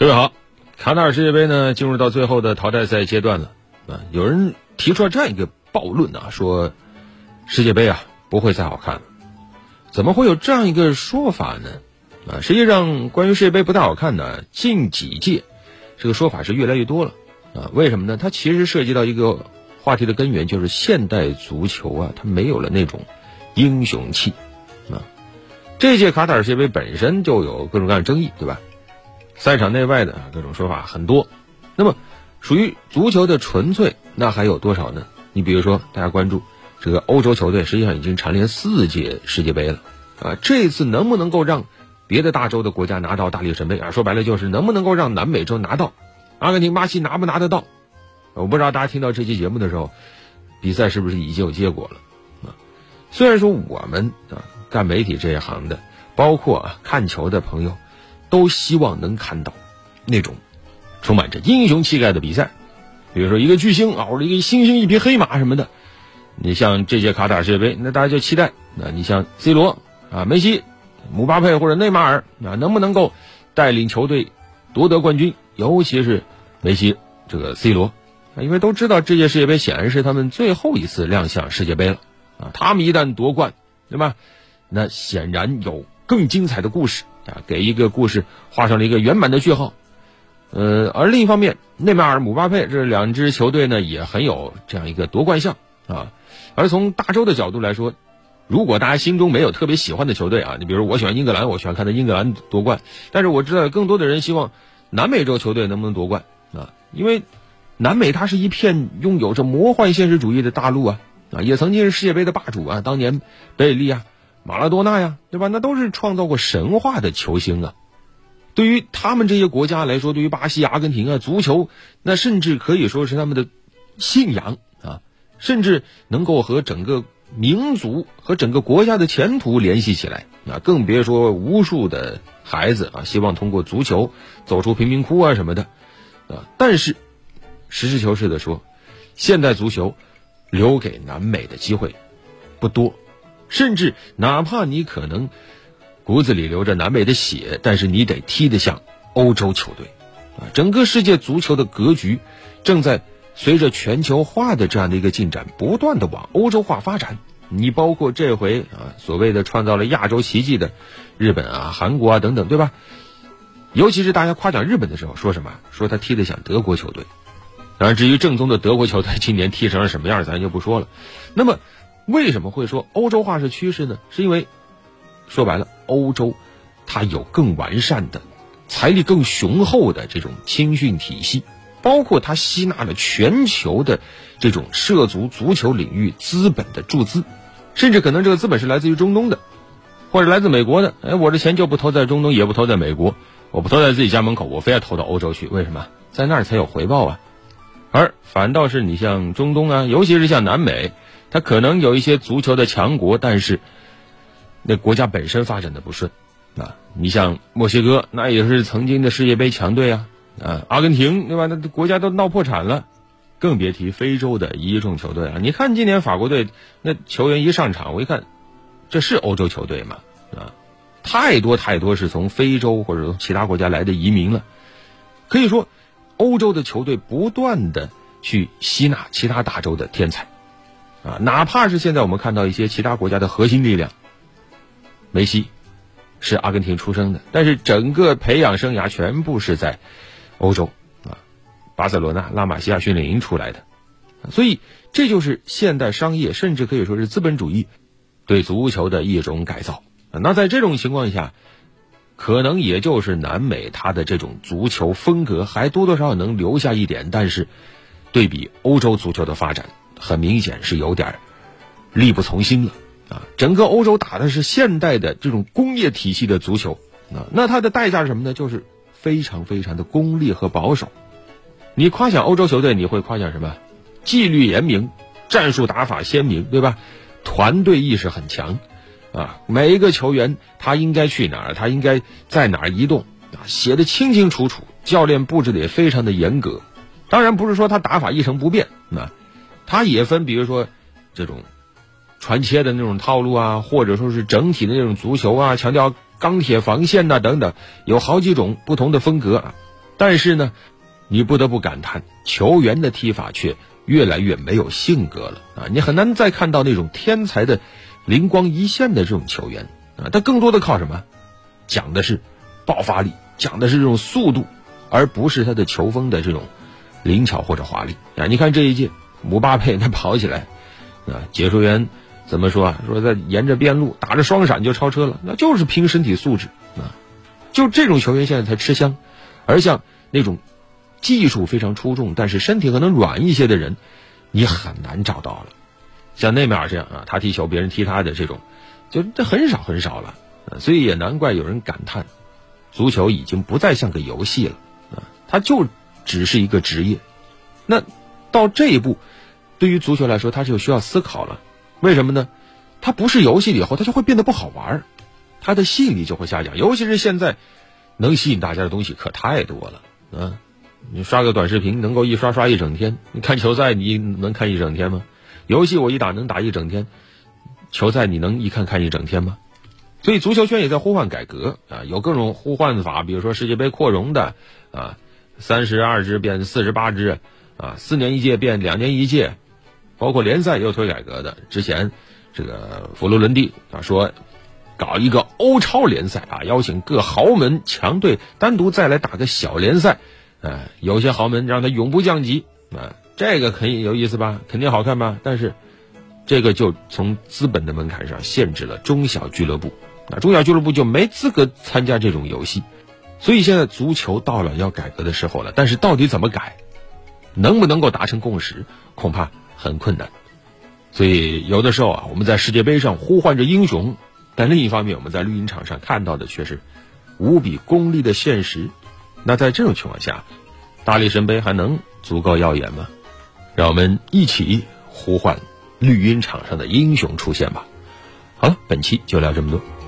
各位好，卡塔尔世界杯呢进入到最后的淘汰赛阶段了啊。有人提出了这样一个暴论啊，说世界杯啊不会再好看了。怎么会有这样一个说法呢？啊，实际上关于世界杯不太好看呢，近几届这个说法是越来越多了啊。为什么呢？它其实涉及到一个话题的根源，就是现代足球啊，它没有了那种英雄气啊。这届卡塔尔世界杯本身就有各种各样的争议，对吧？赛场内外的各种说法很多，那么属于足球的纯粹，那还有多少呢？你比如说，大家关注这个欧洲球队，实际上已经蝉联4届世界杯了啊！这次能不能够让别的大洲的国家拿到大力神杯啊？说白了就是能不能够让南美洲拿到？阿根廷、巴西拿不拿得到？我不知道大家听到这期节目的时候，比赛是不是已经有结果了啊？虽然说我们干媒体这一行的，包括看球的朋友，都希望能看到那种充满着英雄气概的比赛，比如说一个巨星啊，或者一个猩猩一匹黑马什么的。你像这届卡塔尔世界杯，那大家就期待，那你像 C 罗啊、梅西、姆巴佩或者内马尔啊，能不能够带领球队夺得冠军？尤其是梅西这个 C 罗啊，因为都知道这届世界杯显然是他们最后一次亮相世界杯了啊，他们一旦夺冠，对吧？那显然有更精彩的故事啊，给一个故事画上了一个圆满的句号。而另一方面，内马尔、姆巴佩这两支球队呢，也很有这样一个夺冠相啊。而从大洲的角度来说，如果大家心中没有特别喜欢的球队啊，你比如我喜欢英格兰，我喜欢看到英格兰夺冠，但是我知道更多的人希望南美洲球队能不能夺冠啊，因为南美它是一片拥有着魔幻现实主义的大陆啊，也曾经是世界杯的霸主啊，当年贝利啊、马拉多纳呀，对吧？那都是创造过神话的球星啊。对于他们这些国家来说，对于巴西、阿根廷啊，足球那甚至可以说是他们的信仰啊，甚至能够和整个民族和整个国家的前途联系起来啊，更别说无数的孩子啊，希望通过足球走出贫民窟啊什么的啊。但是实事求是的说，现代足球留给南美的机会不多，甚至哪怕你可能骨子里流着南美的血，但是你得踢得像欧洲球队啊！整个世界足球的格局正在随着全球化的这样的一个进展，不断的往欧洲化发展。你包括这回所谓的创造了亚洲奇迹的日本啊、韩国啊等等，对吧？尤其是大家夸奖日本的时候，说什么？说他踢得像德国球队。当然，至于正宗的德国球队今年踢成了什么样，咱就不说了。那么，为什么会说欧洲化是趋势呢？是因为说白了，欧洲它有更完善的、财力更雄厚的这种青训体系，包括它吸纳了全球的这种涉足足球领域资本的注资，甚至可能这个资本是来自于中东的，或者来自美国的。我这钱就不投在中东，也不投在美国，我不投在自己家门口，我非要投到欧洲去，为什么？在那儿才有回报啊。而反倒是你像中东啊，尤其是像南美，它可能有一些足球的强国，但是那国家本身发展的不顺啊，你像墨西哥，那也是曾经的世界杯强队啊，阿根廷对吧？那国家都闹破产了，更别提非洲的一众球队啊。你看今年法国队那球员一上场，我一看，这是欧洲球队吗？啊，太多是从非洲或者从其他国家来的移民了。可以说，欧洲的球队不断的去吸纳其他大洲的天才啊，哪怕是现在我们看到一些其他国家的核心力量。梅西是阿根廷出生的，但是整个培养生涯全部是在欧洲啊，巴塞罗那、拉玛西亚训练营出来的。所以这就是现代商业，甚至可以说是资本主义对足球的一种改造。那在这种情况下，可能也就是南美它的这种足球风格还多多少少能留下一点，但是对比欧洲足球的发展，很明显是有点力不从心了。整个欧洲打的是现代的这种工业体系的足球那它的代价是什么呢？就是非常的功利和保守。你夸奖欧洲球队，你会夸奖什么？纪律严明，战术打法鲜明，对吧？团队意识很强每一个球员他应该去哪儿，他应该在哪儿移动写得清清楚楚，教练布置的也非常的严格。当然不是说他打法一成不变他也分比如说这种传切的那种套路啊，或者说是整体的那种足球啊，强调钢铁防线等等，有好几种不同的风格但是呢，你不得不感叹，球员的踢法却越来越没有性格了啊！你很难再看到那种天才的灵光一现的这种球员啊，他更多的靠什么？讲的是爆发力，讲的是这种速度，而不是他的球风的这种灵巧或者华丽啊！你看这一届姆巴佩他跑起来啊，解说员怎么说啊？说在沿着边路打着双闪就超车了，那就是凭身体素质啊！就这种球员现在才吃香，而像那种技术非常出众，但是身体可能软一些的人，你很难找到了。像内马尔这样啊，他踢球别人踢他的这种，就这很少很少了。所以也难怪有人感叹，足球已经不再像个游戏了啊，它就只是一个职业。那到这一步，对于足球来说，它就需要思考了。为什么呢？它不是游戏了以后，它就会变得不好玩，它的吸引力就会下降。尤其是现在能吸引大家的东西可太多了啊！你刷个短视频能够一刷一整天，你看球赛你能看一整天吗？游戏我一打能打一整天，球赛你能一看一整天吗？所以足球圈也在呼唤改革啊，有各种呼唤法，比如说世界杯扩容的啊，32支变48支啊，4年一届变2年一届，包括联赛也有推改革的。之前这个佛罗伦蒂啊说搞一个欧超联赛啊，邀请各豪门强队单独再来打个小联赛，有些豪门让他永不降级啊，这个可以有意思吧，肯定好看吧，但是这个就从资本的门槛上限制了中小俱乐部，那中小俱乐部就没资格参加这种游戏。所以现在足球到了要改革的时候了，但是到底怎么改，能不能够达成共识，恐怕很困难。所以有的时候啊，我们在世界杯上呼唤着英雄，但另一方面我们在绿茵场上看到的却是无比功利的现实。那在这种情况下，大力神杯还能足够耀眼吗？让我们一起呼唤绿茵场上的英雄出现吧。好了，本期就聊这么多。